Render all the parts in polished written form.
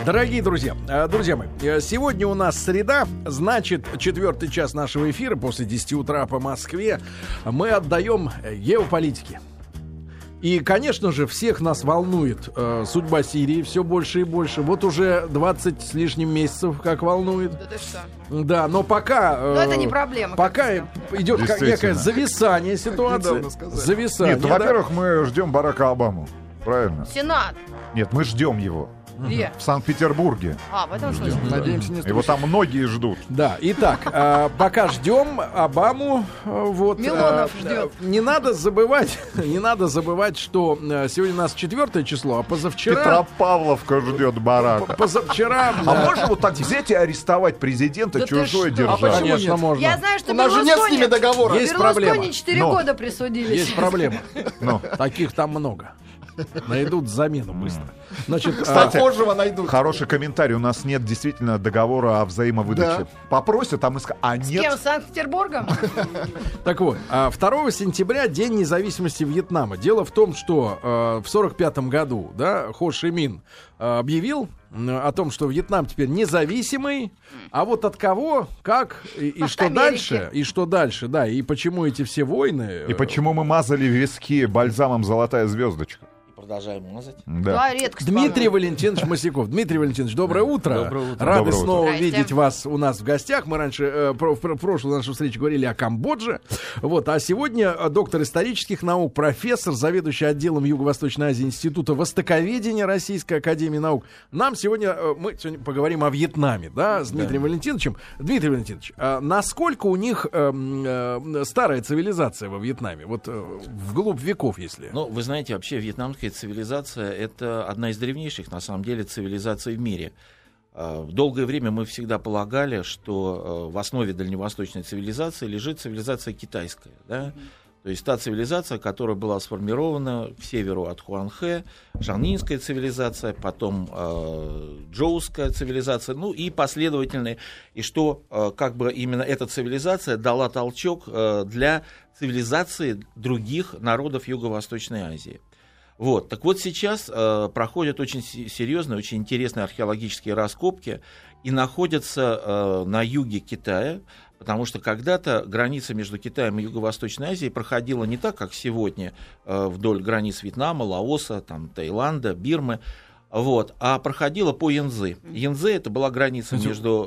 Дорогие друзья мои, сегодня у нас среда, значит, 4-й час нашего эфира после 10 утра по Москве мы отдаем геополитике. И, конечно же, всех нас волнует судьба Сирии все больше и больше. Вот уже 20 с лишним месяцев как волнует. Да ты что? Да, но пока... Но это не проблема. Пока идет некое зависание ситуации. Зависание. Нет, во-первых, мы ждем Барака Обаму. Правильно? Сенат. Нет, мы ждем его. Где? В Санкт-Петербурге. В этом смысле. Надеемся, не Его там многие ждут. Да, итак, пока ждем Обаму. Вот, Милонов ждет. Не надо забывать, что сегодня у нас 4 число, а позавчера... Петропавловка ждет Барака. Позавчера... А можно вот так взять и арестовать президента Да ты чужой что? державы? Конечно, можно. Я знаю, что У нас же нет с ними договора. Есть проблема. Берлускони 4 Но. года присудили. Есть проблема. Ну. Таких там много. Найдут замену быстро. Значит, Похожего найдут. Хороший комментарий. У нас нет действительно договора о взаимовыдаче. Да. Попросят, а мы скажем, а С кем? нет. С Санкт-Петербургом? так вот, 2 сентября День независимости Вьетнама. Дело в том, что в 1945 году, да, Хо Ши Мин объявил о том, что Вьетнам теперь независимый, а вот от кого, как и что дальше, да, и почему эти все войны... И почему мы мазали виски бальзамом «Золотая звездочка»? Продолжаем мазать. Да. Редкость. Дмитрий Валентинович Масяков. Дмитрий Валентинович, доброе утро. Доброе утро. Рады Доброе утро. снова Здрасте. видеть вас у нас в гостях. Мы раньше, в прошлую нашу встречу говорили о Камбодже. Вот, а сегодня доктор исторических наук, профессор, заведующий отделом Юго-Восточной Азии Института Востоковедения Российской Академии Наук. Мы сегодня поговорим о Вьетнаме, да, с Дмитрием Валентиновичем. Дмитрий Валентинович, насколько у них старая цивилизация во Вьетнаме? Вот вглубь веков, если... Ну, вы знаете, вообще вьетнамская цивилизация — это одна из древнейших, на самом деле, цивилизаций в мире. Долгое время мы всегда полагали, что в основе дальневосточной цивилизации лежит цивилизация китайская, да? То есть та цивилизация, которая была сформирована к северу от Хуанхэ, шаннинская цивилизация, потом джоуская цивилизация, ну и последовательные, и что как бы именно эта цивилизация дала толчок для цивилизации других народов Юго-Восточной Азии. Вот. Так вот сейчас проходят очень серьезные, очень интересные археологические раскопки и находятся на юге Китая, потому что когда-то граница между Китаем и Юго-Восточной Азией проходила не так, как сегодня, вдоль границ Вьетнама, Лаоса, там, Таиланда, Бирмы, вот, а проходила по Янцзы. Янцзы — это была граница между...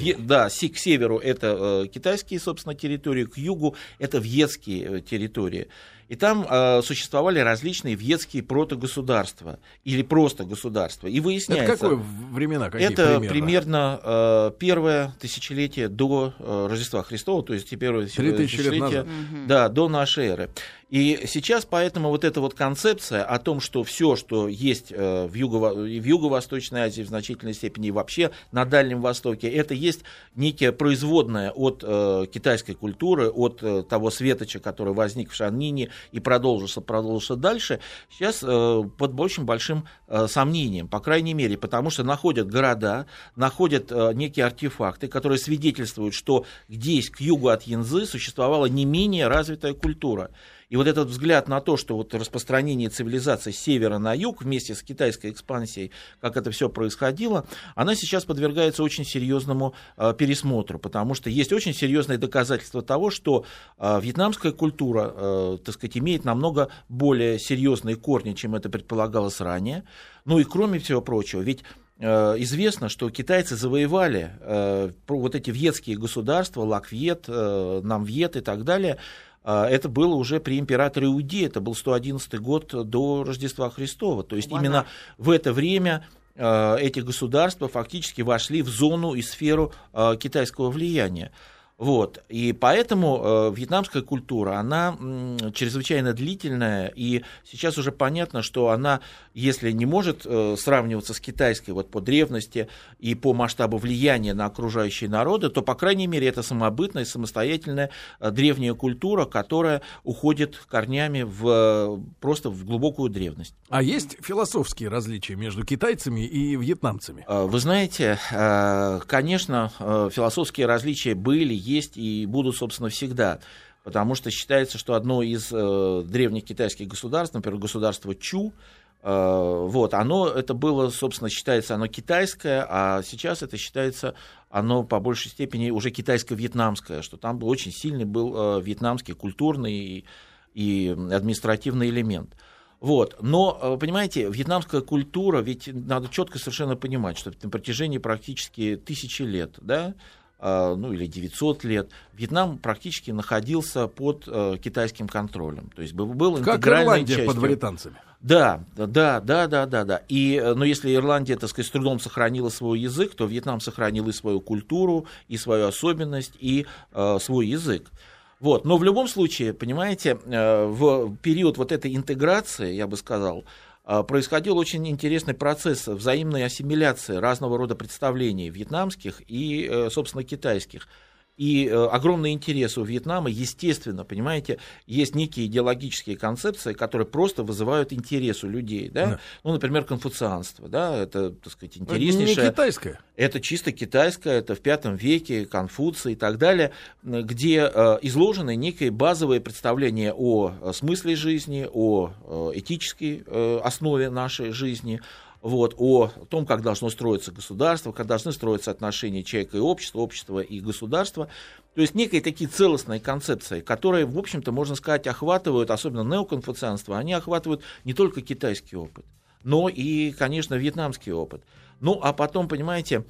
к северу это китайские, собственно, территории, к югу это вьетские территории. И там существовали различные вьетские протогосударства или просто государства. И выясняется... Это какое времена? Это примерно первое тысячелетие до Рождества Христова, то есть первое тысячелетие до нашей эры. И сейчас поэтому вот эта вот концепция о том, что все, что есть в Юго-Восточной Азии в значительной степени и вообще на Дальнем Востоке, это есть некое производное от китайской культуры, от того светоча, который возник в Шаннине и продолжился дальше, сейчас под очень большим сомнением, по крайней мере, потому что находят города, находят некие артефакты, которые свидетельствуют, что здесь, к югу от Янцзы, существовала не менее развитая культура. И вот этот взгляд на то, что вот распространение цивилизации с севера на юг вместе с китайской экспансией, как это все происходило, она сейчас подвергается очень серьезному пересмотру, потому что есть очень серьезные доказательства того, что вьетнамская культура, так сказать, имеет намного более серьезные корни, чем это предполагалось ранее. Ну и кроме всего прочего, ведь известно, что китайцы завоевали вот эти вьетские государства, Лак-Вьет, Нам-Вьет и так далее. Это было уже при императоре Уди, это был 111 год до Рождества Христова. То есть именно в это время эти государства фактически вошли в зону и сферу китайского влияния. Вот. И поэтому вьетнамская культура, она чрезвычайно длительная, и сейчас уже понятно, что она, если не может сравниваться с китайской вот, по древности и по масштабу влияния на окружающие народы, то, по крайней мере, это самобытная, самостоятельная древняя культура, которая уходит корнями просто в глубокую древность. А есть философские различия между китайцами и вьетнамцами? Вы знаете, конечно, философские различия были, есть и будут, собственно, всегда. Потому что считается, что одно из древних китайских государств, например, государство Чу, Вот, это было, собственно, считается оно китайское, а сейчас это считается оно по большей степени уже китайско-вьетнамское, что там очень сильный был вьетнамский культурный и административный элемент. Вот. Но, понимаете, вьетнамская культура, ведь надо четко совершенно понимать, что на протяжении практически 1000 лет, да, или 900 лет, Вьетнам практически находился под китайским контролем. То есть был интегральной частью. Как Ирландия под британцами. Да. Но если Ирландия, так сказать, с трудом сохранила свой язык, то Вьетнам сохранил и свою культуру, и свою особенность, и свой язык. Вот. Но в любом случае, понимаете, в период вот этой интеграции, я бы сказал, происходил очень интересный процесс взаимной ассимиляции разного рода представлений вьетнамских и, собственно, китайских. И огромный интерес у Вьетнама, естественно, понимаете, есть некие идеологические концепции, которые просто вызывают интерес у людей, да? Ну, например, конфуцианство, да, это, так сказать, интереснейшее. Это не китайское. Это чисто китайское, это в V веке, Конфуций и так далее, где изложены некие базовые представления о смысле жизни, о этической основе нашей жизни, вот, о том, как должно строиться государство, как должны строиться отношения человека и общества и государства. То есть некие такие целостные концепции, которые, в общем-то, можно сказать, охватывают, особенно неоконфуцианство, они охватывают не только китайский опыт, но и, конечно, вьетнамский опыт. Ну, а потом, понимаете,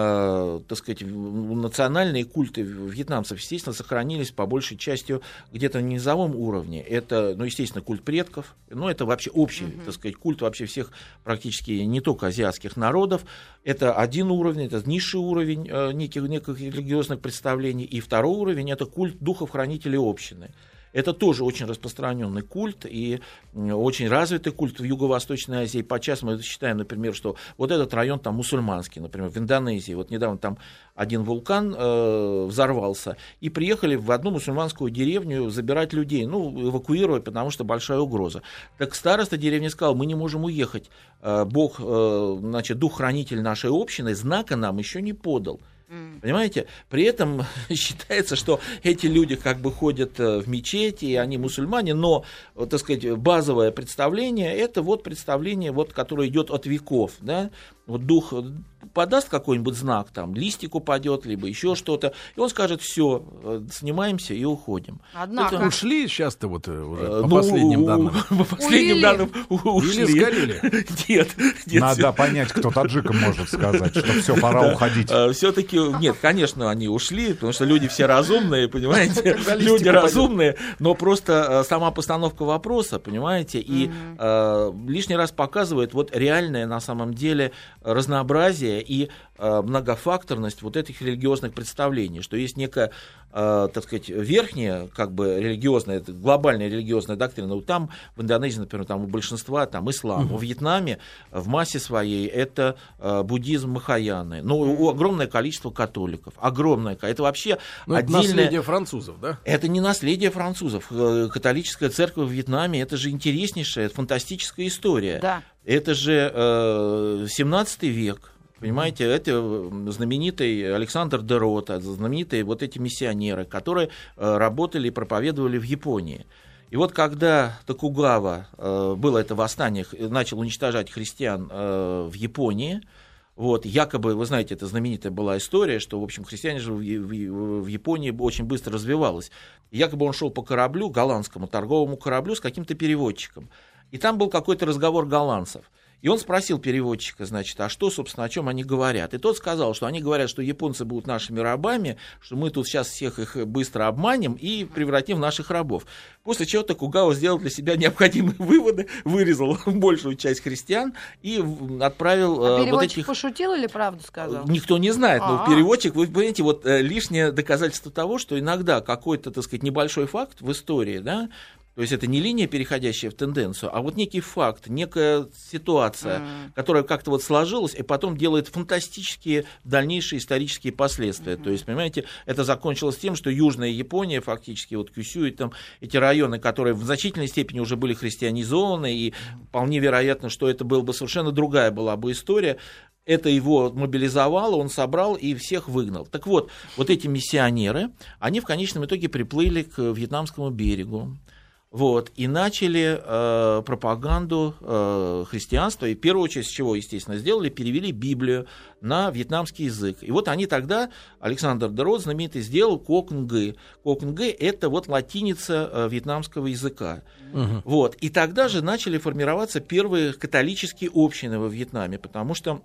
так сказать, национальные культы вьетнамцев, естественно, сохранились по большей части где-то на низовом уровне. Это, естественно, культ предков, это вообще общий, так сказать, культ вообще всех практически не только азиатских народов. Это один уровень, это низший уровень неких религиозных представлений. И второй уровень — это культ духов-хранителей общины. Это тоже очень распространенный культ и очень развитый культ в Юго-Восточной Азии. Подчас мы считаем, например, что вот этот район там мусульманский, например, в Индонезии. Вот недавно там один вулкан взорвался, и приехали в одну мусульманскую деревню забирать людей, эвакуировать, потому что большая угроза. Так староста деревни сказал: мы не можем уехать, Бог, дух-хранитель нашей общины знака нам еще не подал. Понимаете? При этом считается, что эти люди как бы ходят в мечети, и они мусульмане, но, так сказать, базовое представление — это вот представление, вот, которое идет от веков, да? Вот дух подаст какой-нибудь знак, там, листик упадет, либо еще что-то, и он скажет: все, снимаемся и уходим. Однако... Это ушли сейчас-то вот уже по последним данным? По последним данным ушли. Или сгорели? Нет. Надо понять, кто таджикам может сказать, что все, пора уходить. Все-таки, нет, конечно, они ушли, потому что люди все разумные, понимаете, люди разумные, но просто сама постановка вопроса, понимаете, и лишний раз показывает вот реальное на самом деле разнообразие и многофакторность вот этих религиозных представлений, что есть некая, так сказать, верхняя, как бы религиозная, глобальная религиозная доктрина. Вот там в Индонезии, например, там у большинства там ислам, во Вьетнаме в массе своей это буддизм, махаяны, но огромное количество католиков, огромное, это вообще отдельное... Это наследие французов, да? Это не наследие французов. Католическая церковь в Вьетнаме — это же интереснейшая, фантастическая история. Да. Это же 17 век. Понимаете, это знаменитый Александр де Рота, знаменитые вот эти миссионеры, которые работали и проповедовали в Японии. И вот когда Токугава, было это восстание, начал уничтожать христиан в Японии, вот, якобы, вы знаете, это знаменитая была история, что, в общем, христиане же в Японии очень быстро развивалось. Якобы он шел по кораблю, голландскому торговому кораблю с каким-то переводчиком. И там был какой-то разговор голландцев. И он спросил переводчика, значит, а что, собственно, о чем они говорят? И тот сказал, что они говорят, что японцы будут нашими рабами, что мы тут сейчас всех их быстро обманем и превратим в наших рабов. После чего Токугава сделал для себя необходимые выводы, вырезал большую часть христиан и отправил... А переводчик пошутил или правду сказал? Никто не знает, но переводчик, вы понимаете, вот лишнее доказательство того, что иногда какой-то, так сказать, небольшой факт в истории, да, то есть это не линия, переходящая в тенденцию, а вот некий факт, некая ситуация, которая как-то вот сложилась и потом делает фантастические дальнейшие исторические последствия. То есть, понимаете, это закончилось тем, что Южная Япония, фактически, вот Кюсю и там эти районы, которые в значительной степени уже были христианизованы, и вполне вероятно, что это была бы совершенно другая была бы история. Это его мобилизовало, он собрал и всех выгнал. Так вот, вот эти миссионеры, они в конечном итоге приплыли к вьетнамскому берегу. Вот, и начали пропаганду христианства, и в первую очередь, с чего, естественно, сделали, перевели Библию на вьетнамский язык. И вот они тогда, Александр де Рот знаменитый, сделал Ко-Кэн-Гэ. Ко-Кэн-Гэ — это вот латиница вьетнамского языка. Вот, и тогда же начали формироваться первые католические общины во Вьетнаме, потому что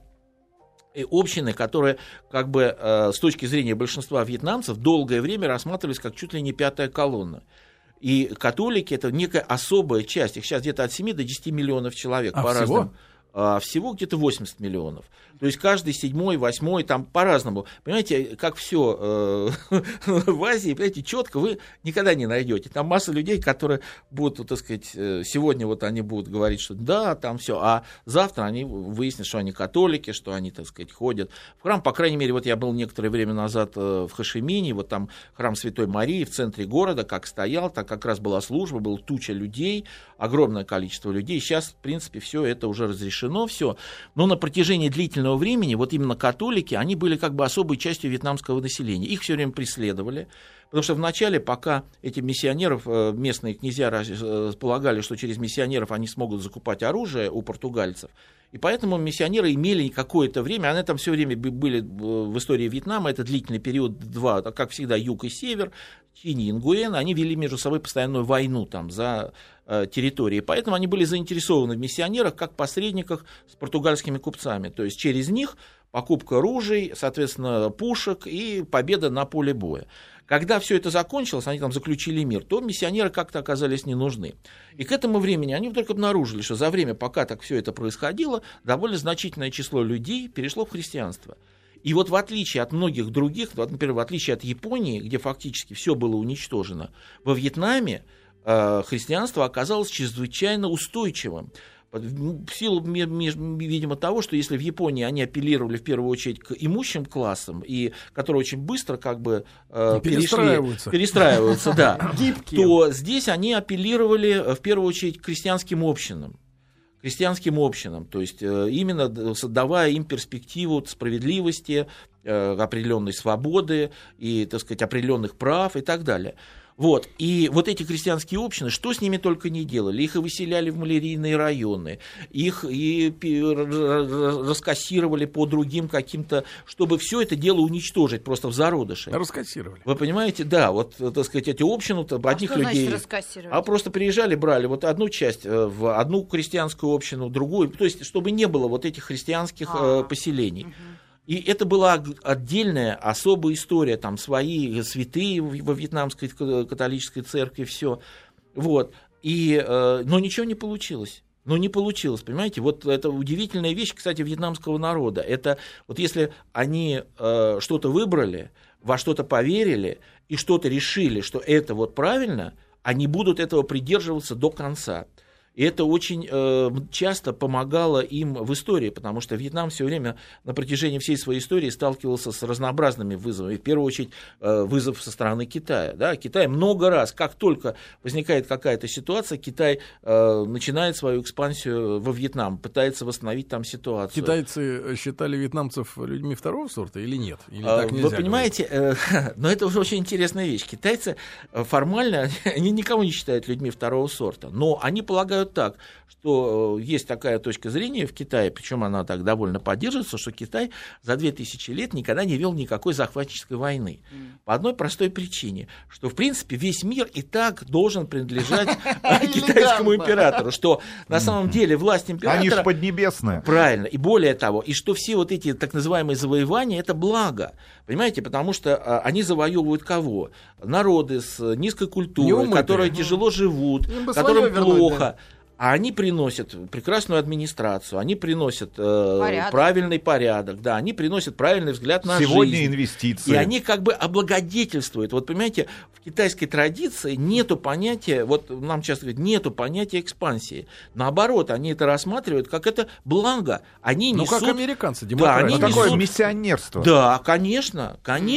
общины, которые как бы с точки зрения большинства вьетнамцев долгое время рассматривались как чуть ли не пятая колонна. И католики — это некая особая часть. Их сейчас где-то от 7 до 10 миллионов человек по разным. Всего где-то 80 миллионов. То есть каждый 7-й, 8-й, там по-разному. Понимаете, как все в Азии, понимаете, четко вы никогда не найдете. Там масса людей, которые будут, так сказать, сегодня вот они будут говорить, что да, там все, а завтра они выяснят, что они католики, что они, так сказать, ходят в храм. По крайней мере, вот я был некоторое время назад в Хошимине, вот там храм Святой Марии в центре города, как стоял, так как раз была служба, была туча людей, огромное количество людей. Сейчас, в принципе, все это уже разрешено, все. Но на протяжении длительного времени вот именно католики, они были как бы особой частью вьетнамского населения. Их все время преследовали, потому что вначале, пока этих миссионеров, местные князья полагали, что через миссионеров они смогут закупать оружие у португальцев, и поэтому миссионеры имели какое-то время, они там все время были в истории Вьетнама, это длительный период, два, как всегда, юг и север, Чинь и Нгуен, они вели между собой постоянную войну там за территории, поэтому они были заинтересованы в миссионерах как посредниках с португальскими купцами, то есть через них покупка ружей, соответственно, пушек и победа на поле боя. Когда все это закончилось, они там заключили мир, то миссионеры как-то оказались не нужны. И к этому времени они вдруг обнаружили, что за время, пока так все это происходило, довольно значительное число людей перешло в христианство. И вот в отличие от многих других, например, в отличие от Японии, где фактически все было уничтожено, во Вьетнаме христианство оказалось чрезвычайно устойчивым. В силу, видимо, того, что если в Японии они апеллировали в первую очередь к имущим классам, и которые очень быстро как бы перестраиваются, да, то здесь они апеллировали в первую очередь к крестьянским общинам, то есть именно давая им перспективу справедливости, определенной свободы и, так сказать, определенных прав и так далее. Вот. И вот эти крестьянские общины, что с ними только не делали. Их и выселяли в малярийные районы, их и раскассировали по другим каким-то, чтобы все это дело уничтожить просто в зародыше. Раскассировали. Вы понимаете, да, вот, так сказать, эти общины, одних людей... А просто приезжали, брали вот одну часть в одну крестьянскую общину, другую, то есть чтобы не было вот этих христианских поселений. И это была отдельная, особая история, там свои святые во вьетнамской католической церкви, все. Вот. Но ничего не получилось. Понимаете? Вот это удивительная вещь, кстати, вьетнамского народа. Это вот если они что-то выбрали, во что-то поверили и что-то решили, что это вот правильно, они будут этого придерживаться до конца. И это очень часто помогало им в истории, потому что Вьетнам все время на протяжении всей своей истории сталкивался с разнообразными вызовами. В первую очередь вызов со стороны Китая. Да? Китай много раз, как только возникает какая-то ситуация, Китай начинает свою экспансию во Вьетнам, пытается восстановить там ситуацию. Китайцы считали вьетнамцев людьми второго сорта или нет? Или так нельзя? Вы понимаете, но это уже очень интересная вещь. Китайцы формально, они никого не считают людьми второго сорта, но они полагают так, что есть такая точка зрения в Китае, причем она так довольно поддерживается, что Китай за 2000 лет никогда не вел никакой захватнической войны. По одной простой причине, что, в принципе, весь мир и так должен принадлежать китайскому императору, что на самом деле власть императора... Они же поднебесные. Правильно, и более того, и что все вот эти так называемые завоевания — это благо, понимаете, потому что они завоевывают кого? Народы с низкой культурой, которые тяжело живут, которым плохо. А они приносят прекрасную администрацию, они приносят правильный порядок, да, они приносят правильный взгляд на жизнь. Сегодня инвестиции. И они как бы облагодетельствуют. Вот понимаете, в китайской традиции нету понятия, вот нам часто говорят, нету понятия экспансии. Наоборот, они это рассматривают как это благо. Они несут... как американцы, демократия. Да, такое миссионерство. Да, конечно.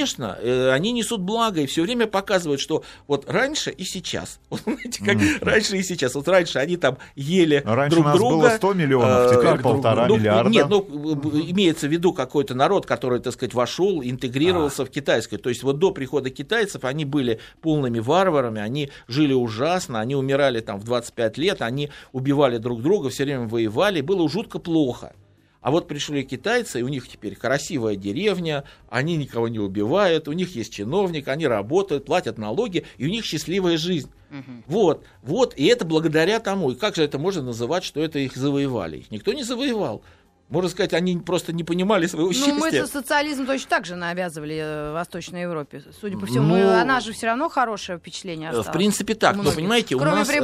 Они несут благо и все время показывают, что вот раньше и сейчас. Вот знаете, как раньше и сейчас. Вот раньше они там ели раньше друг нас друга. Было 100 миллионов, теперь 1,5 миллиарда. Нет, имеется в виду какой-то народ, который, так сказать, вошел, интегрировался в китайское. То есть вот до прихода китайцев они были полными варварами, они жили ужасно, они умирали там в 25 лет, они убивали друг друга, все время воевали, было жутко плохо. А вот пришли китайцы, и у них теперь красивая деревня, они никого не убивают, у них есть чиновник, они работают, платят налоги, и у них счастливая жизнь. Вот, и это благодаря тому. И как же это можно называть, что это их завоевали? Их никто не завоевал. Можно сказать, они просто не понимали своего счастья. Ну, мы социализм точно так же навязывали в Восточной Европе. Судя по всему, она же все равно хорошее впечатление оставила. В принципе, так. Но, понимаете, кроме у нас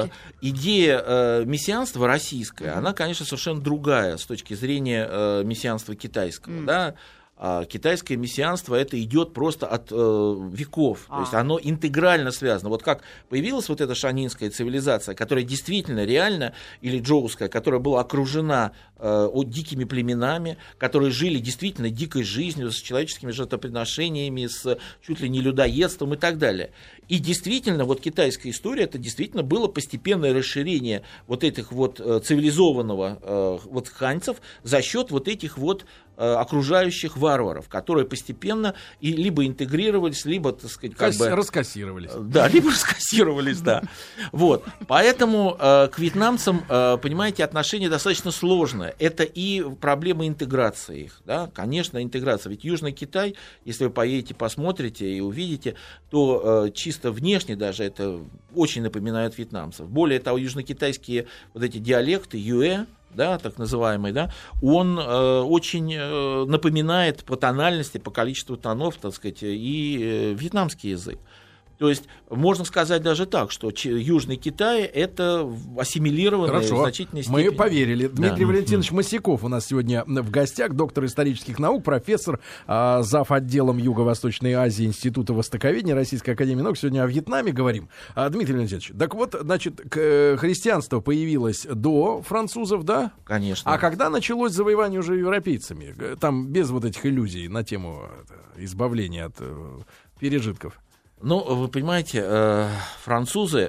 идея мессианства российская, она, конечно, совершенно другая с точки зрения мессианства китайского. Да? Китайское мессианство это идет просто от веков, то есть оно интегрально связано. Вот как появилась вот эта шанинская цивилизация, которая действительно реально, или джоуская, которая была окружена дикими племенами, которые жили действительно дикой жизнью, с человеческими жертвоприношениями, с чуть ли не людоедством и так далее. И действительно, вот китайская история, это действительно было постепенное расширение вот этих вот цивилизованного вот ханьцев за счет вот этих вот окружающих варваров, которые постепенно и либо интегрировались, либо, так сказать, как бы... раскассировались. Да, либо раскассировались, да. Вот. Поэтому к вьетнамцам, понимаете, отношение достаточно сложное. Это и проблема интеграции их, да, конечно, интеграция. Ведь Южный Китай, если вы поедете, посмотрите и увидите, то чисто внешне даже это очень напоминает вьетнамцев. Более того, южнокитайские вот эти диалекты, юэ, да, так называемый, да, он очень напоминает по тональности, по количеству тонов, так сказать, и вьетнамский язык. То есть можно сказать даже так, что Южный Китай это ассимилированное в значительной степени. Мы поверили. Дмитрий Валентинович Мосяков у нас сегодня в гостях, доктор исторических наук, профессор, зав. Отделом Юго-Восточной Азии Института Востоковедения Российской академии наук. Сегодня о Вьетнаме говорим. Дмитрий Валентинович, так вот, значит, христианство появилось до французов, да? Конечно. А когда началось завоевание уже европейцами? Там без вот этих иллюзий на тему избавления от пережитков. Ну, вы понимаете, французы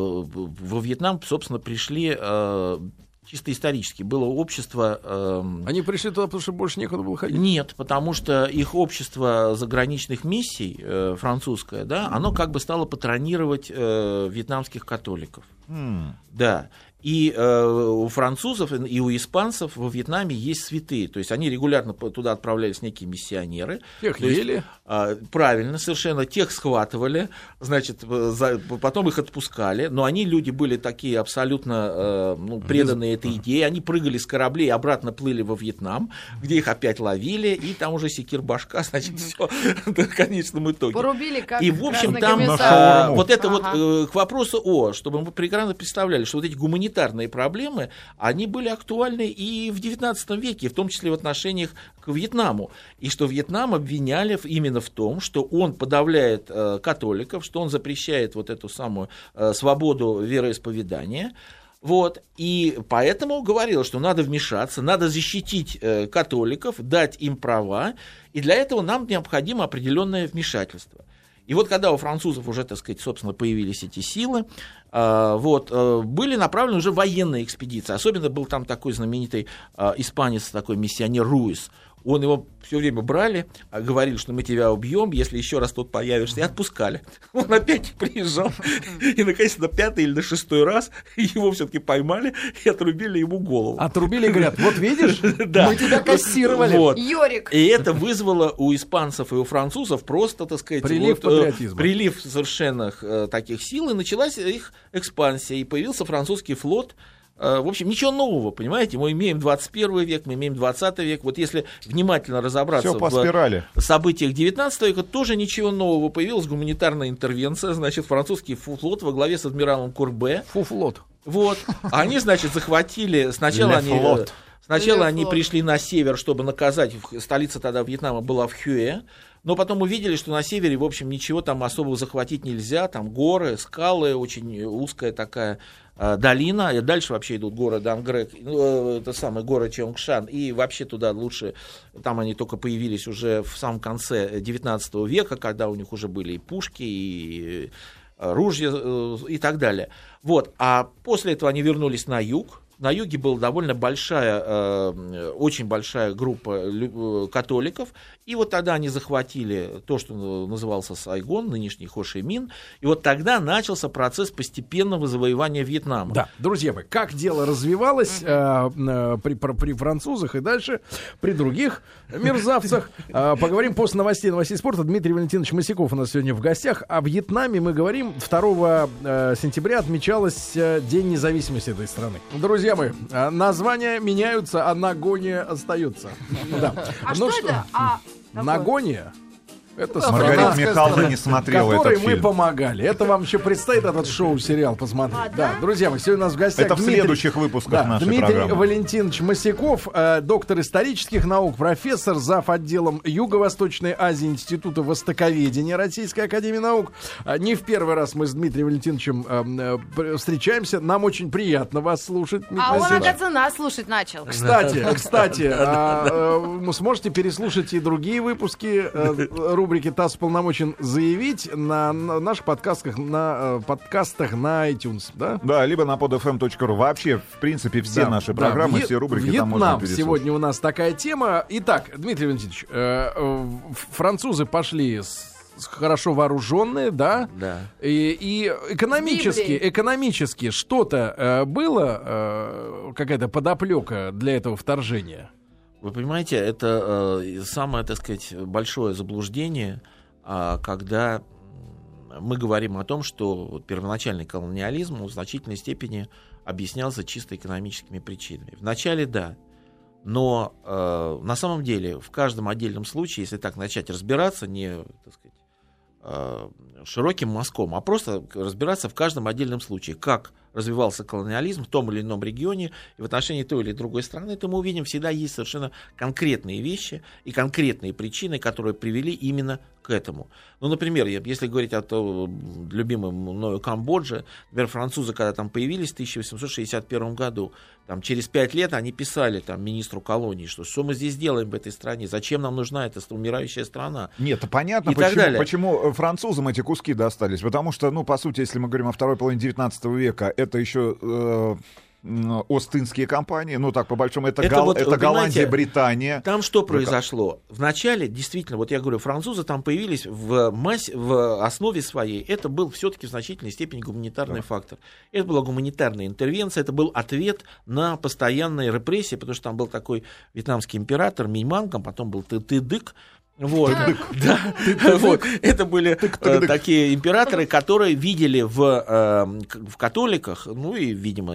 во Вьетнам, собственно, пришли чисто исторически. Было общество... Они пришли туда, потому что больше некуда было ходить? Нет, потому что их общество заграничных миссий, французское, да, оно как бы стало патронировать вьетнамских католиков. Да. И у французов и у испанцев во Вьетнаме есть святые. То есть они регулярно туда отправлялись некие миссионеры. Тех ели? Правильно, совершенно. Тех схватывали, значит, потом их отпускали. Но они, люди, были такие абсолютно преданные этой идее. Они прыгали с кораблей и обратно плыли во Вьетнам, где их опять ловили. И там уже секир-башка, значит, все в конечном итоге. Порубили, как и, в общем, там вот это вот к вопросу чтобы мы прекрасно представляли, что вот эти гуманитарные проблемы, они были актуальны и в XIX веке, в том числе в отношениях к Вьетнаму. И что Вьетнам обвиняли именно в том, что он подавляет католиков, что он запрещает вот эту самую свободу вероисповедания. Вот. И поэтому говорил, что надо вмешаться, надо защитить католиков, дать им права, и для этого нам необходимо определенное вмешательство. И вот когда у французов уже, так сказать, собственно, появились эти силы, были направлены уже военные экспедиции. Особенно был там такой знаменитый испанец, такой миссионер Руис. Он его все время брали, говорили, что мы тебя убьем, если еще раз тут появишься, и отпускали. Он опять приезжал, и, наконец, на 5-й или на 6-й раз его все-таки поймали и отрубили ему голову. Отрубили и говорят, вот видишь, мы тебя кассировали. Йорик. И это вызвало у испанцев и у французов просто, так сказать, прилив патриотизма. Прилив совершенных таких сил, и началась их экспансия, и появился французский флот. В общем, ничего нового, понимаете, мы имеем 21 век, мы имеем 20 век, вот если внимательно разобраться в событиях 19 века, тоже ничего нового, появилась гуманитарная интервенция, значит, французский флот во главе с адмиралом Курбе. Фуфлот. Вот, они, значит, захватили, сначала они пришли на север, чтобы наказать, столица тогда Вьетнама была в Хюэ, но потом увидели, что на севере, в общем, ничего там особо захватить нельзя, там горы, скалы, очень узкая такая долина, и дальше вообще идут горы Дангрек, это самые горы Чонгшан, и вообще туда лучше, там они только появились уже в самом конце 19 века, когда у них уже были и пушки, и ружья и так далее. Вот. А после этого они вернулись на юг. На юге была довольно большая, очень большая группа католиков, и вот тогда они захватили то, что назывался Сайгон, нынешний Хошимин, и вот тогда начался процесс постепенного завоевания Вьетнама. Да, друзья мои, как дело развивалось при французах и дальше при других мерзавцах, поговорим после новостей спорта. Дмитрий Валентинович Мосяков у нас сегодня в гостях. О Вьетнаме мы говорим. 2 сентября отмечалось День независимости этой страны. Друзья мои, названия меняются, а Нагония остается. Да. А что это? Нагония. Это Маргарита Михайловна не смотрела этот фильм. Мы помогали. Это вам еще предстоит этот шоу-сериал посмотреть. Да, друзья мои, сегодня у нас в гостях это в следующих выпусках нашей Дмитрий программы. Валентинович Мосяков, доктор исторических наук, профессор, зав. Отделом Юго-Восточной Азии Института Востоковедения Российской Академии Наук. Не в первый раз мы с Дмитрием Валентиновичем встречаемся. Нам очень приятно вас слушать. Он, оказывается, нас слушать начал. Кстати, вы сможете переслушать и другие выпуски рубрики «ТАСС уполномочен заявить» на наших подкастах на iTunes, да? Да, либо на podfm.ru. Вообще, в принципе, все наши программы, все рубрики там можно переслушать. Сегодня у нас такая тема. Итак, Дмитрий Валентинович, французы пошли хорошо вооруженные, да? Да. И экономически что-то было, какая-то подоплека для этого вторжения? Вы понимаете, это самое, так сказать, большое заблуждение, когда мы говорим о том, что первоначальный колониализм в значительной степени объяснялся чисто экономическими причинами. Вначале да, но на самом деле в каждом отдельном случае, если так начать разбираться, не, так сказать, широким мазком, а просто разбираться в каждом отдельном случае, как развивался колониализм в том или ином регионе, и в отношении той или другой страны, то мы увидим, всегда есть совершенно конкретные вещи и конкретные причины, которые привели именно к этому. Ну, например, если говорить о любимом мною Камбодже, например, французы, когда там появились в 1861 году, там, через 5 лет они писали там, министру колонии, что мы здесь делаем в этой стране, зачем нам нужна эта умирающая страна. Нет, понятно, почему французам эти куски достались. Потому что, ну, по сути, если мы говорим о второй половине 19 века, это еще Ост-Индские компании, ну так, по большому, это Голландия, Британия. Там что произошло? Вначале, действительно, вот я говорю, французы там появились в основе своей, это был все-таки в значительной степени гуманитарный фактор. Это была гуманитарная интервенция, это был ответ на постоянные репрессии, потому что там был такой вьетнамский император Минь-Ман, потом был Ты-Дык. Вот. Да. Вот. Это были такие императоры, которые видели в католиках, ну и, видимо,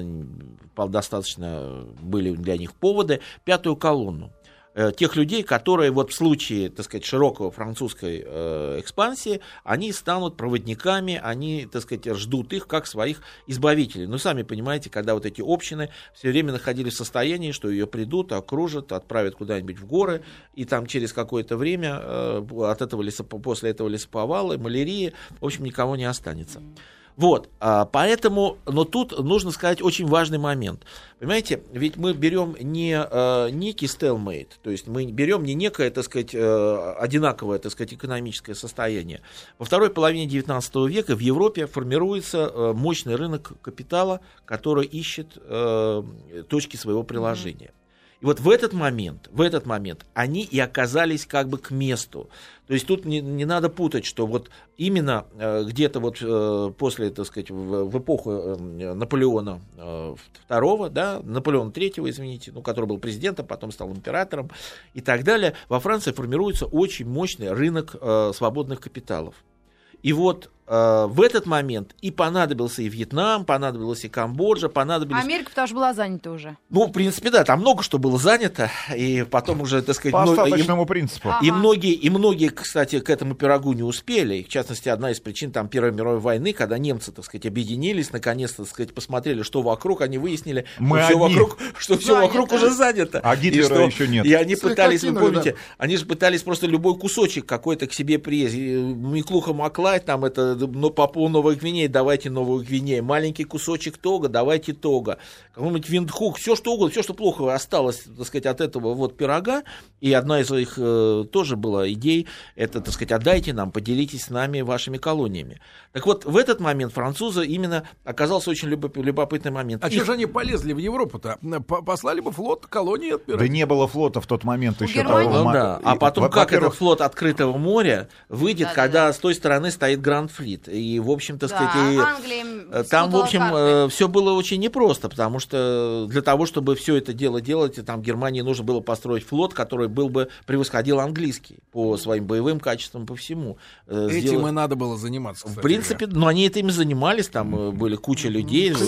достаточно были для них поводы, пятую колонну. Тех людей, которые вот в случае, так сказать, широкого французской экспансии, они станут проводниками, они, так сказать, ждут их как своих избавителей. Ну, сами понимаете, когда вот эти общины все время находились в состоянии, что ее придут, окружат, отправят куда-нибудь в горы, и там через какое-то время после этого лесоповала, малярии, в общем, никого не останется. Вот, поэтому, но тут нужно сказать очень важный момент. Понимаете, ведь мы берем не некий stalemate, то есть мы берем не некое, так сказать, одинаковое, так сказать, экономическое состояние. Во второй половине XIX века в Европе формируется мощный рынок капитала, который ищет точки своего приложения. И вот в этот момент они и оказались как бы к месту. То есть тут не надо путать, что вот именно где-то вот после, так сказать, в эпоху Наполеона II, да, Наполеона III, извините, ну, который был президентом, потом стал императором и так далее, во Франции формируется очень мощный рынок свободных капиталов. И вот в этот момент и понадобился и Вьетнам, понадобилась и Камбоджа, понадобились... Америка, потому что была занята уже. Ну, в принципе, да, там много что было занято, и потом уже, так сказать... По остаточному принципу. И многие, кстати, к этому пирогу не успели. И, в частности, одна из причин там Первой мировой войны, когда немцы, так сказать, объединились, наконец-то, так сказать, посмотрели, что вокруг, они выяснили, что все вокруг уже занято. А Гитлера еще нет. И они пытались, вы помните, они же пытались просто любой кусочек какой-то к себе приезжать. Миклуха Маклай, там это Папуа Новая Гвинея, давайте Новую Гвинею, маленький кусочек Тога, давайте Тога, какой-нибудь Виндхук, все что угодно, все, что плохо осталось, так сказать, от этого вот пирога, и одна из их тоже была идей, это, так сказать, отдайте нам, поделитесь с нами вашими колониями. Так вот, в этот момент французы именно оказался очень любопытный момент. А что же они полезли в Европу-то? Послали бы флот, колонии отбирать. Да не было флота в тот момент еще. Да. А потом, как этот флот открытого моря выйдет, когда с той стороны стоит Гранд-флит. И, в общем-то, там, в общем, все было очень непросто, потому что для того, чтобы все это дело делать, там Германии нужно было построить флот, который превосходил английский по своим боевым качествам, по всему. Этим и надо было заниматься, кстати. В принципе, они этим занимались, там были куча людей. Они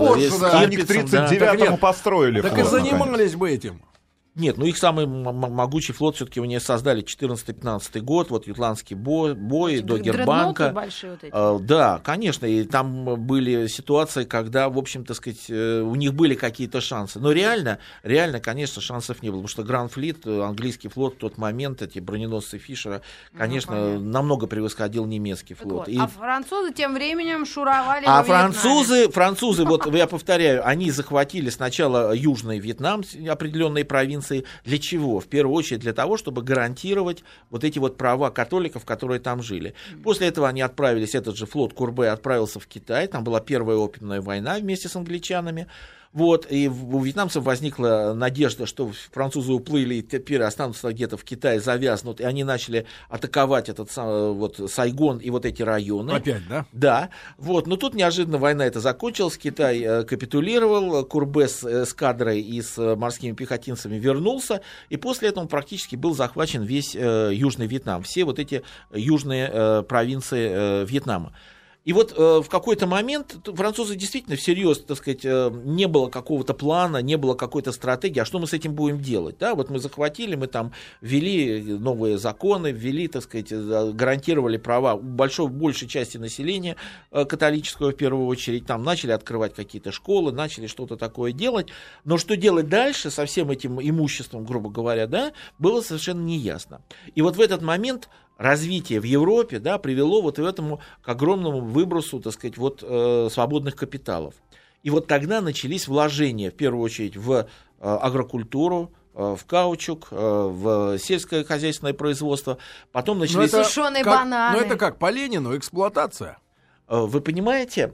к 39-му построили флот. Так и занимались бы этим. Нет, их самый могучий флот все-таки они создали 14-15 год, вот Ютландский бой до Гербанка. Вот да, конечно, и там были ситуации, когда, в общем-то, сказать, у них были какие-то шансы. Но реально, конечно, шансов не было, потому что Гранд-флит, английский флот в тот момент, эти броненосцы Фишера, конечно, намного превосходил немецкий флот. Вот. А французы тем временем шуровали во Вьетнаме. Французы, вот я повторяю, они захватили сначала Южный Вьетнам, определенные провинции. Для чего? В первую очередь для того, чтобы гарантировать вот эти вот права католиков, которые там жили. После этого они отправились, этот же флот Курбе отправился в Китай, там была первая опиумная война вместе с англичанами. Вот, и у вьетнамцев возникла надежда, что французы уплыли и теперь останутся где-то в Китае, завязнут, и они начали атаковать этот вот Сайгон и вот эти районы. Опять, да? Да. Вот, но тут неожиданно война эта закончилась, Китай капитулировал, Курбе с эскадрой и с морскими пехотинцами вернулся, и после этого практически был захвачен весь Южный Вьетнам, все вот эти южные провинции Вьетнама. И вот в какой-то момент французы действительно всерьез, так сказать, не было какого-то плана, не было какой-то стратегии, а что мы с этим будем делать? Да, вот мы захватили, мы там ввели новые законы, ввели, так сказать, гарантировали права большей части населения католического в первую очередь, там начали открывать какие-то школы, начали что-то такое делать, но что делать дальше со всем этим имуществом, грубо говоря, да, было совершенно неясно. И вот в этот момент развитие в Европе, да, привело вот к этому к огромному выбросу, так сказать, вот, свободных капиталов. И вот тогда начались вложения, в первую очередь, в агрокультуру, в каучук, в сельское хозяйственное производство. Потом начались... Сушеные бананы. Ну это как по Ленину, эксплуатация. Вы понимаете,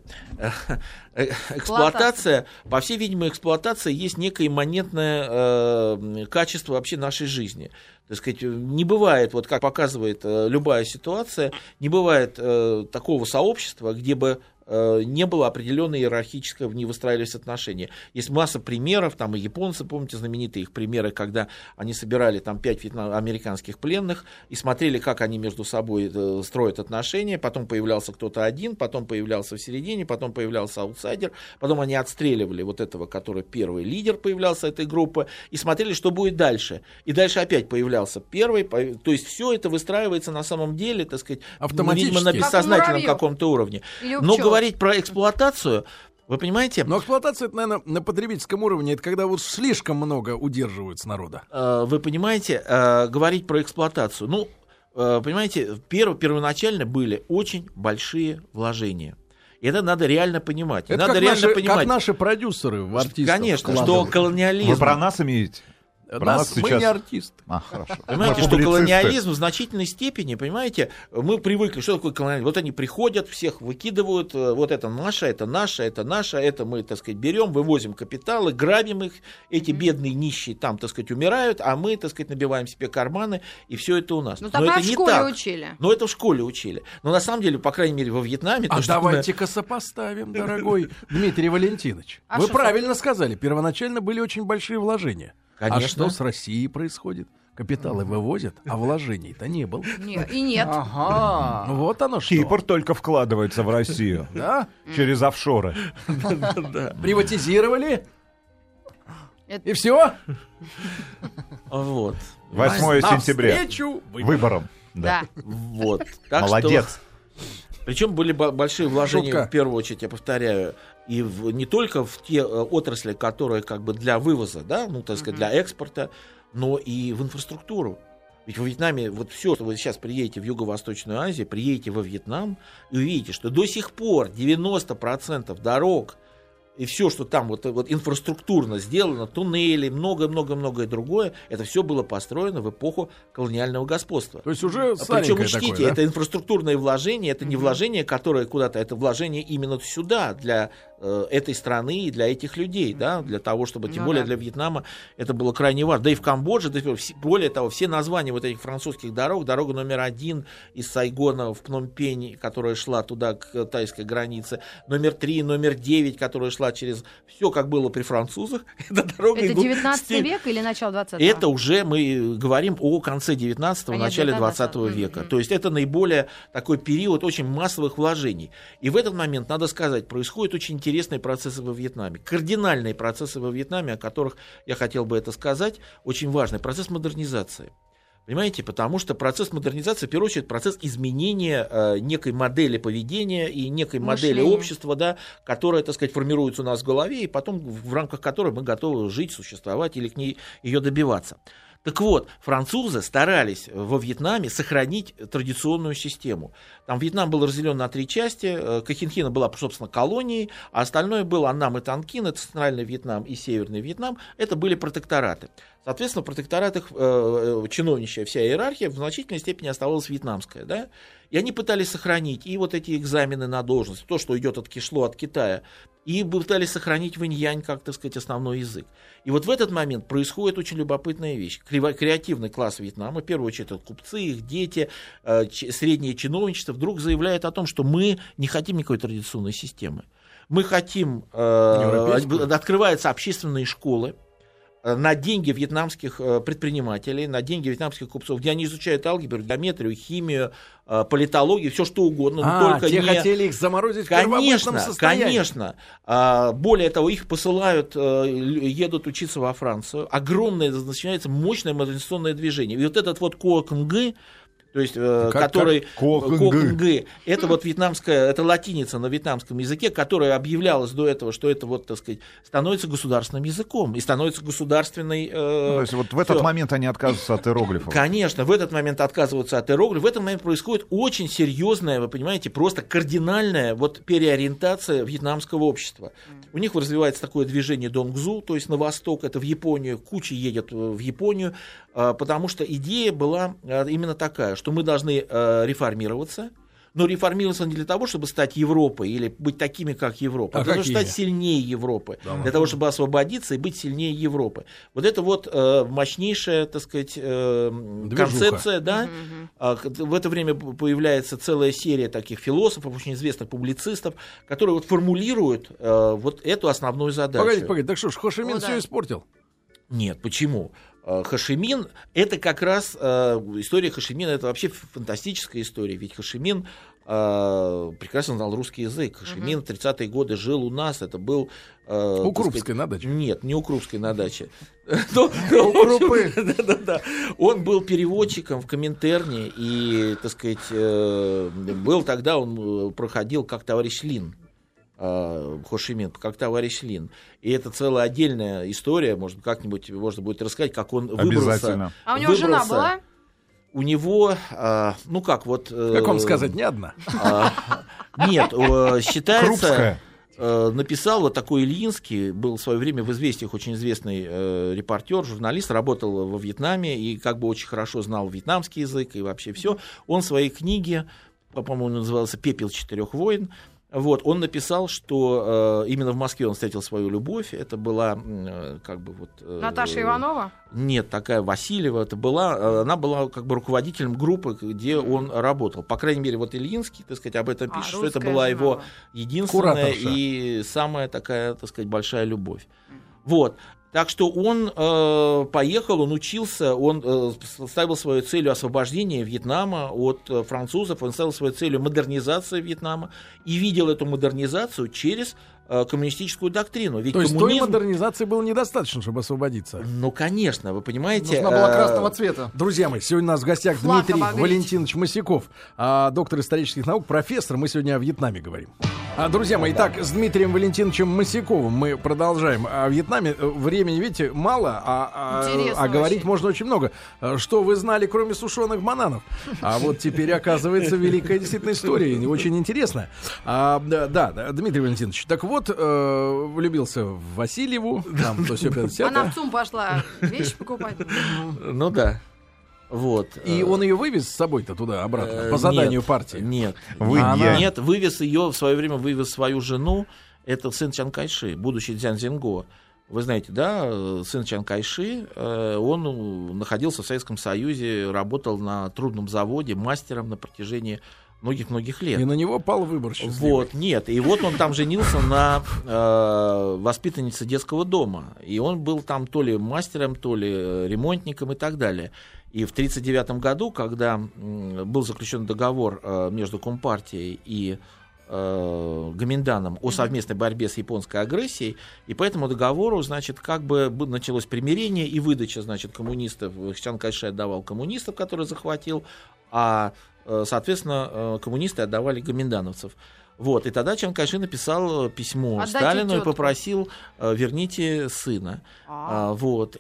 эксплуатация, по всей видимости, эксплуатация есть некое имманентное качество вообще нашей жизни. Так сказать, не бывает, вот как показывает любая ситуация, не бывает такого сообщества, где бы не было определенной иерархического, не выстраивались отношения. Есть масса примеров, там и японцы, помните, знаменитые их примеры, когда они собирали там 5 американских пленных и смотрели, как они между собой строят отношения, потом появлялся кто-то один, потом появлялся в середине, потом появлялся аутсайдер, потом они отстреливали вот этого, который первый лидер появлялся этой группы, и смотрели, что будет дальше. И дальше опять появлялся первый, то есть все это выстраивается на самом деле, так сказать, видимо, на бессознательном каком-то уровне. Но говорить про эксплуатацию, вы понимаете? Но эксплуатация, это, наверное, на потребительском уровне, это когда вот слишком много удерживают с народа. Вы понимаете, говорить про эксплуатацию, ну, понимаете, первоначально были очень большие вложения. И это надо реально понимать. Это надо как наши продюсеры в артистах. Конечно, что колониализм... Вы про нас имеете? Мы сейчас... не артисты. Хорошо. Понимаете, что колониализм в значительной степени, понимаете, мы привыкли, что такое колониализм. Вот они приходят, всех выкидывают, вот это наше, это наше, это наше, это мы, так сказать, берем, вывозим капиталы, грабим их, эти бедные нищие там, так сказать, умирают, а мы, так сказать, набиваем себе карманы, и все это у нас. Ну, тогда в школе учили. Но это в школе учили. Но на самом деле, по крайней мере, во Вьетнаме... давайте-ка сопоставим, дорогой Дмитрий Валентинович. Вы правильно сказали, первоначально были очень большие вложения. Конечно. А что с Россией происходит? Капиталы вывозят, а вложений-то не было. И нет. Ага. Вот оно что. Кипр только вкладывается в Россию. Да? Через офшоры. Приватизировали. И все. Вот. 8 сентября. Выбором. Да. Вот. Молодец. Причем были большие вложения, в первую очередь, я повторяю, и не только в те отрасли, которые как бы для вывоза, да, ну, так сказать, для экспорта, но и в инфраструктуру. Ведь во Вьетнаме, вот все, что вы сейчас приедете в Юго-Восточную Азию, приедете во Вьетнам и увидите, что до сих пор 90% дорог и все, что там вот инфраструктурно сделано, туннели, многое другое, это все было построено в эпоху колониального господства. То есть уже причем учтите, такое, да? Это инфраструктурное вложение, это не вложение, которое куда-то, это вложение именно сюда, для этой страны и для этих людей, да, для того, чтобы, тем более для Вьетнама, это было крайне важно. Да и в Камбодже, более того, все названия вот этих французских дорог, дорога номер 1 из Сайгона в Пномпень, которая шла туда к тайской границе, номер 3, номер 9, которая шла через все, как было при французах. Это 19 век или начало 20-го? Это уже мы говорим о конце 19-го, начале 20 века. То есть это наиболее такой период очень массовых вложений. И в этот момент, надо сказать, происходят очень интересные процессы во Вьетнаме. Кардинальные процессы во Вьетнаме, о которых я хотел бы это сказать, очень важный. Процесс модернизации. Понимаете, потому что процесс модернизации, в первую очередь, процесс изменения некой модели поведения и некой модели общества, да, которая, так сказать, формируется у нас в голове, и потом в рамках которой мы готовы жить, существовать или к ней ее добиваться. Так вот, французы старались во Вьетнаме сохранить традиционную систему. Там Вьетнам был разделен на 3 части. Кохинхина была, собственно, колонией, а остальное было Аннам и Танкин, это Центральный Вьетнам и Северный Вьетнам, это были протектораты. Соответственно, в протекторатах чиновничья вся иерархия в значительной степени оставалась вьетнамская. Да? И они пытались сохранить и вот эти экзамены на должность, то, что шло от Китая, и пытались сохранить вэнь-янь как, так сказать, основной язык. И вот в этот момент происходит очень любопытная вещь. Креативный класс Вьетнама, в первую очередь купцы, их дети, среднее чиновничество, вдруг заявляет о том, что мы не хотим никакой традиционной системы. Мы хотим, открываются общественные школы на деньги вьетнамских предпринимателей, на деньги вьетнамских купцов, где они изучают алгебру, геометрию, химию, политологию, все что угодно. Но только те хотели их заморозить в первобытном состоянии. Конечно. Более того, их посылают, едут учиться во Францию. Огромное, начинается мощное модернизационное движение. И вот этот вот Коакнгэ, то есть, который Коакнгэ, это вот вьетнамская, это латиница на вьетнамском языке, которая объявлялась до этого, что это вот, так сказать, становится государственным языком и становится государственной. То есть вот в этот момент они отказываются от иероглифов. Конечно, в этот момент отказываются от иероглифов. В этот момент происходит очень серьезная, вы понимаете, просто кардинальная вот переориентация вьетнамского общества. У них развивается такое движение Донгзу, то есть на восток, это в Японию, куча едет в Японию, потому что идея была именно такая, что мы должны реформироваться, но реформироваться не для того, чтобы стать Европой или быть такими, как Европа, а для того, чтобы стать сильнее Европы, для того, чтобы освободиться и быть сильнее Европы. Вот это вот мощнейшая, так сказать, концепция, да. В это время появляется целая серия таких философов, очень известных публицистов, которые вот формулируют вот эту основную задачу. Погоди, так что ж, Хо Чи Мин все испортил? Нет, почему? Хо Чи Мин, это как раз история Хо Чи Мина, это вообще фантастическая история, ведь Хо Чи Мин прекрасно знал русский язык. Хо Чи Мин в 30-е годы жил у нас, это был... У Крупской на даче? Нет, не у Крупской на даче. Он был переводчиком в Коминтерне, и, так сказать, был тогда, он проходил как товарищ Лин. Хо Чи Мин, как товарищ Лин. И это целая отдельная история, может, как-нибудь можно будет рассказать, как он выбрался. А у него жена была? У него, ну как, вот... Как вам сказать, не одна? Нет, считается... Написал вот такой Ильинский, был в свое время в «Известиях» очень известный репортер, журналист, работал во Вьетнаме и как бы очень хорошо знал вьетнамский язык и вообще все. Он в своей книге, по-моему, назывался «Пепел 4 войн», вот, он написал, что именно в Москве он встретил свою любовь. Это была как бы вот... Наташа Иванова? Нет, такая Васильева. Это была, она была как бы руководителем группы, где он работал. По крайней мере, вот Ильинский, так сказать, об этом пишет, что это была его единственная и самая такая, так сказать, большая любовь. Вот. Так что он поехал, он учился, он ставил свою целью освобождение Вьетнама от французов, он ставил свою целью модернизацию Вьетнама и видел эту модернизацию через коммунистическую доктрину. Ведь то есть той модернизации было недостаточно, чтобы освободиться? Ну, конечно, вы понимаете. Нужна была красного цвета. Друзья мои, сегодня у нас в гостях Дмитрий Валентинович Мосяков, доктор исторических наук, профессор. Мы сегодня о Вьетнаме говорим. Друзья мои, итак, с Дмитрием Валентиновичем Мосяковым мы продолжаем. О Вьетнаме времени, видите, мало, а говорить можно очень много. Что вы знали, кроме сушеных бананов? А вот теперь, оказывается, великая действительно история, очень интересная. Да, Дмитрий Валентинович, так вот, влюбился в Васильеву. Там, то все, она в ЦУМ пошла вещи покупать. Ну да. Вот. И он ее вывез с собой-то туда обратно по заданию партии? Нет, вывез ее, в свое время вывез свою жену, это сын Чан Кайши, будущий Цзян Зинго. Вы знаете, да, сын Чан Кайши, он находился в Советском Союзе, работал на трубном заводе мастером на протяжении многих-многих лет. И на него пал выбор счастливый. Вот, нет. И вот он там женился на воспитаннице детского дома. И он был там то ли мастером, то ли ремонтником и так далее. И в 1939 году, когда был заключен договор между Компартией и Гоминданом о совместной борьбе с японской агрессией, и по этому договору, значит, как бы началось примирение и выдача, значит, коммунистов. Чан Кайши отдавал коммунистов, которые захватил, а соответственно, коммунисты отдавали гоминдановцев. Вот, и тогда Чан Кайши написал письмо Сталину и попросил: верните сына. Вот,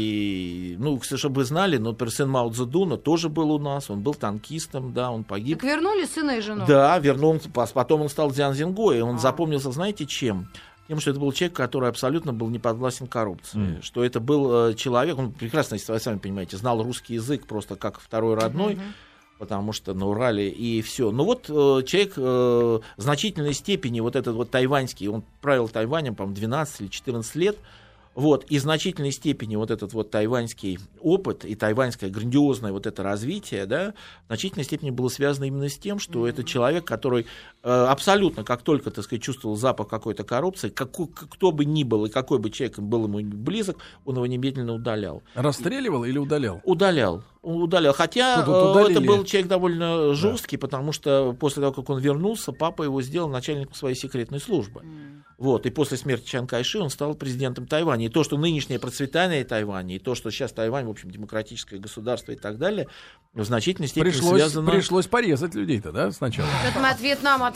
и, ну, чтобы вы знали, но сын Мао Цзэдуна тоже был у нас, он был танкистом, да, он погиб. Так вернули сына и жену? Да, вернул, потом он стал Цзян Зинго, и он запомнился, знаете, чем? Тем, что это был человек, который абсолютно был не подвластен коррупции. Что это был человек, он прекрасно, если вы сами понимаете, знал русский язык просто как второй родной, потому что на Урале и все. Но вот человек в значительной степени, вот этот вот тайваньский, он правил Тайванем, по-моему, 12 или 14 лет, вот, и в значительной степени вот этот вот тайваньский опыт и тайваньское грандиозное вот это развитие, да, в значительной степени было связано именно с тем, что это человек, который абсолютно, как только, так сказать, чувствовал запах какой-то коррупции, кто бы ни был и какой бы человек был ему близок, он его немедленно удалял. Расстреливал или удалял? Удалял. Хотя это был человек довольно жесткий, потому что после того, как он вернулся, папа его сделал начальником своей секретной службы. Вот, и после смерти Чан Кайши он стал президентом Тайваня. И то, что нынешнее процветание Тайваня, и то, что сейчас Тайвань, в общем, демократическое государство и так далее, в значительной степени связано... Пришлось порезать людей-то, да, сначала? Это мы от Вьетнама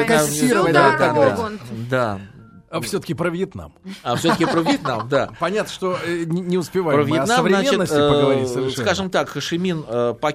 отвлекаемся. Да. А все-таки про Вьетнам. Да. Понятно, что не успеваем про Вьетнам, о современности поговорить совершенно. Скажем так, Хо Ши Мин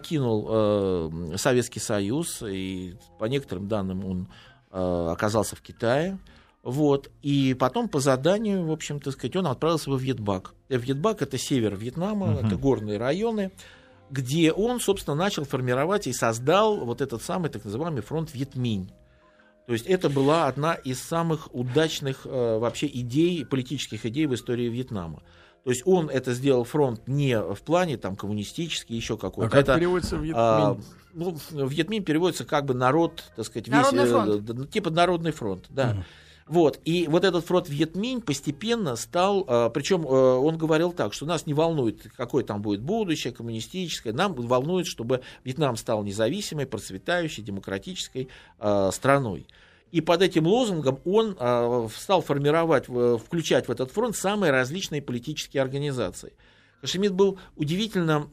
покинул Советский Союз, и по некоторым данным он оказался в Китае. Вот. И потом по заданию, в общем, так сказать, он отправился во Вьетбак. Вьетбак — это север Вьетнама, это горные районы, где он, собственно, начал формировать и создал вот этот самый так называемый фронт Вьетминь. То есть это была одна из самых удачных вообще идей, политических идей в истории Вьетнама. То есть он это сделал фронт не в плане там коммунистический, еще какой-то. А как переводится Вьетминь? Вьетминь переводится как бы народ, так сказать, народный фронт. Типа народный фронт, да. Вот, и вот этот фронт Вьетминь постепенно стал, причем он говорил так, что нас не волнует, какое там будет будущее, коммунистическое, нам волнует, чтобы Вьетнам стал независимой, процветающей, демократической страной. И под этим лозунгом он стал формировать, включать в этот фронт самые различные политические организации. Хо Ши Мин был удивительно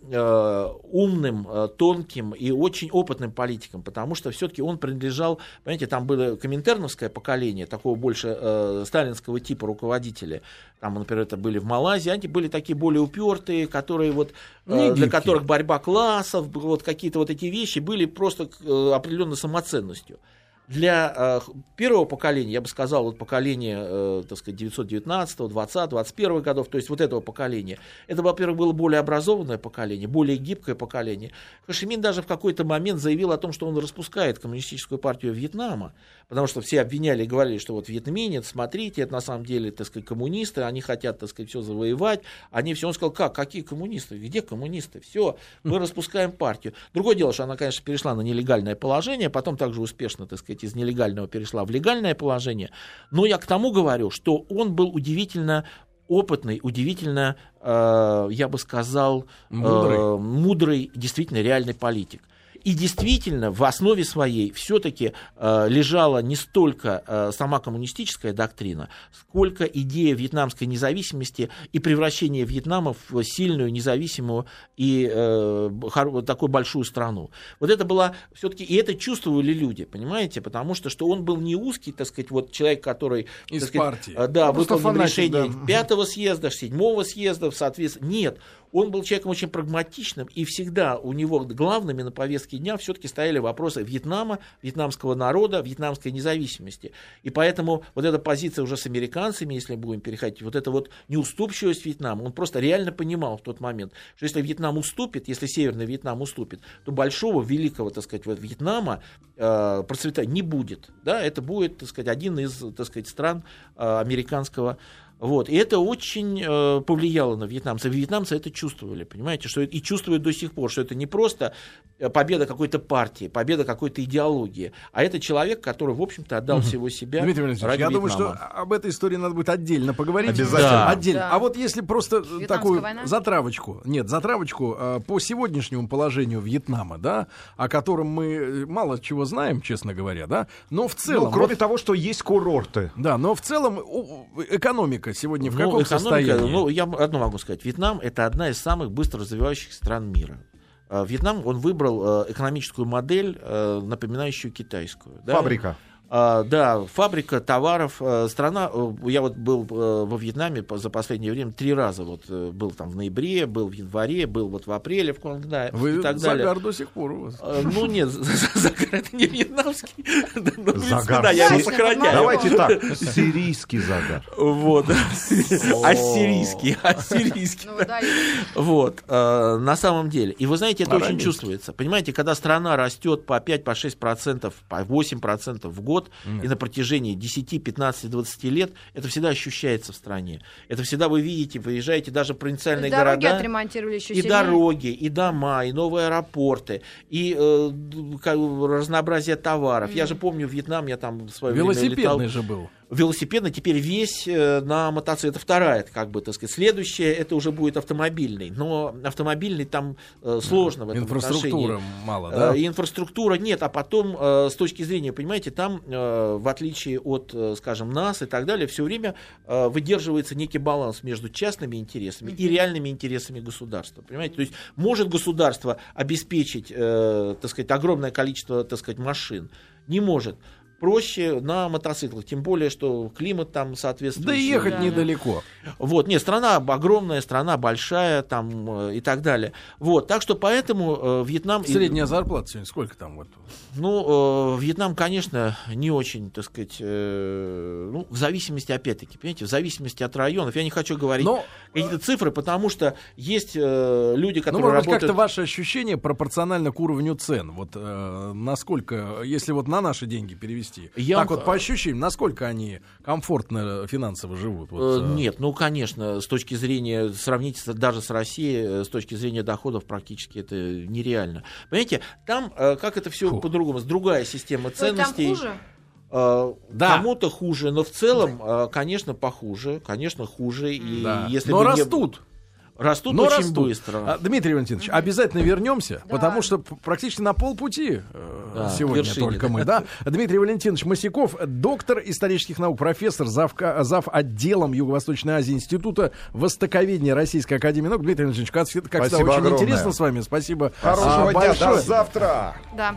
умным, тонким и очень опытным политиком, потому что все-таки он принадлежал, понимаете, там было коминтерновское поколение, такого больше сталинского типа руководителя. Там, например, это были в Малайзии, они были такие более упертые, которые вот, для которых борьба классов, вот какие-то вот эти вещи были просто определенной самоценностью. Для первого поколения, я бы сказал, вот поколение, так сказать, 919, 20, 21 годов, то есть вот этого поколения, это, во-первых, было более образованное поколение, более гибкое поколение. Хо Ши Мин даже в какой-то момент заявил о том, что он распускает коммунистическую партию Вьетнама, потому что все обвиняли и говорили, что вот вьетминец, смотрите, это на самом деле, так сказать, коммунисты, они хотят, так сказать, все завоевать, они все, он сказал, какие коммунисты, где коммунисты, все, мы распускаем партию. Другое дело, что она, конечно, перешла на нелегальное положение, потом также успешно, так сказать, из нелегального перешла в легальное положение, но я к тому говорю, что он был удивительно опытный, удивительно, я бы сказал, мудрый, действительно реальный политик. И действительно, в основе своей все-таки лежала не столько сама коммунистическая доктрина, сколько идея вьетнамской независимости и превращения Вьетнама в сильную, независимую и такую большую страну. Вот это была все-таки, и это чувствовали люди, понимаете, потому что он был не узкий, так сказать, вот человек, который из партии. Да, выполнил решение 5-го съезда, 7-го съезда, соответственно. Нет, он был человеком очень прагматичным, и всегда у него главными на повестке дня все-таки стояли вопросы Вьетнама, вьетнамского народа, вьетнамской независимости. И поэтому вот эта позиция уже с американцами, если будем переходить, вот эта вот неуступчивость Вьетнама, он просто реально понимал в тот момент, что если Вьетнам уступит, если Северный Вьетнам уступит, то большого, великого, так сказать, вот Вьетнама процветания не будет. Да? Это будет, так сказать, один из, так сказать, стран американского. Вот. И это очень повлияло на вьетнамцев. Вьетнамцы это чувствовали, понимаете, что и чувствуют до сих пор, что это не просто победа какой-то партии, победа какой-то идеологии, а это человек, который, в общем-то, отдал всего себя. Дмитрий Валентинович, я думаю, что об этой истории надо будет отдельно поговорить. Обязательно. Да. Отдельно. Да. А вот если просто такую война? затравочку по сегодняшнему положению Вьетнама, да, о котором мы мало чего знаем, честно говоря, да, но в целом... кроме того, что есть курорты. Да, но в целом экономика сегодня в каком состоянии? Я одно могу сказать. Вьетнам — это одна из самых быстро развивающихся стран мира. Вьетнам, он выбрал экономическую модель, напоминающую китайскую. Да? Фабрика. Да, фабрика товаров, страна. Я вот был во Вьетнаме за последнее время 3 раза. Вот был там в ноябре, был в январе, был вот в апреле в Куангдае и так далее. Загар до сих пор у вас. Ну нет, загар это не вьетнамский. Загар. Да, я его сохраняю. Давайте так, сирийский загар. Вот. Ассирийский. Вот. На самом деле. И вы знаете, это очень чувствуется. Понимаете, когда страна растет по 5, по 6%, по 8% в год, и на протяжении 10, 15, 20 лет, это всегда ощущается в стране. Это всегда вы видите, выезжаете даже в провинциальные города. Дороги отремонтировали еще сильнее. И дороги, и дома, и новые аэропорты, и разнообразие товаров. Я же помню Вьетнам, я там в свое время летал. Велосипедный же был. Велосипедный теперь весь на мотоцикле. Это вторая, как бы, так сказать. Следующее, это уже будет автомобильный. Но автомобильный там сложно в этом инфраструктура отношении. мало, да? Инфраструктура нет. А потом, с точки зрения, понимаете, там, в отличие от, скажем, нас и так далее, все время выдерживается некий баланс между частными интересами и реальными интересами государства. Понимаете? То есть может государство обеспечить, так сказать, огромное количество, так сказать, машин? Не может. Проще на мотоциклах, тем более, что климат там соответствует. Да и ехать недалеко. Вот, нет, страна огромная, страна большая там и так далее. Вот, так что поэтому Вьетнам... Средняя зарплата сегодня сколько там? Вот? Ну, Вьетнам, конечно, не очень, так сказать, в зависимости, опять-таки, понимаете, в зависимости от районов. Я не хочу говорить какие-то цифры, потому что есть люди, которые работают... как-то ваше ощущение пропорционально к уровню цен. Вот насколько, если вот на наши деньги перевести, вот по ощущениям, насколько они комфортно финансово живут? Вот, Нет, ну, конечно, с точки зрения, сравнить даже с Россией, с точки зрения доходов практически это нереально. Понимаете, там, как это все по-другому, другая система ценностей. Там хуже? Да. Кому-то хуже, но в целом, конечно, похуже, конечно, хуже. И если но растут. Растут очень быстро. Дмитрий Валентинович, обязательно вернемся, потому что практически на полпути сегодня только мы. Да? Дмитрий Валентинович Мосяков, доктор исторических наук, профессор, зав. Отделом Юго-Восточной Азии Института Востоковедения Российской Академии наук. Дмитрий Валентинович, как всегда, очень интересно с вами. Спасибо. Хорошего дня, до завтра. Да.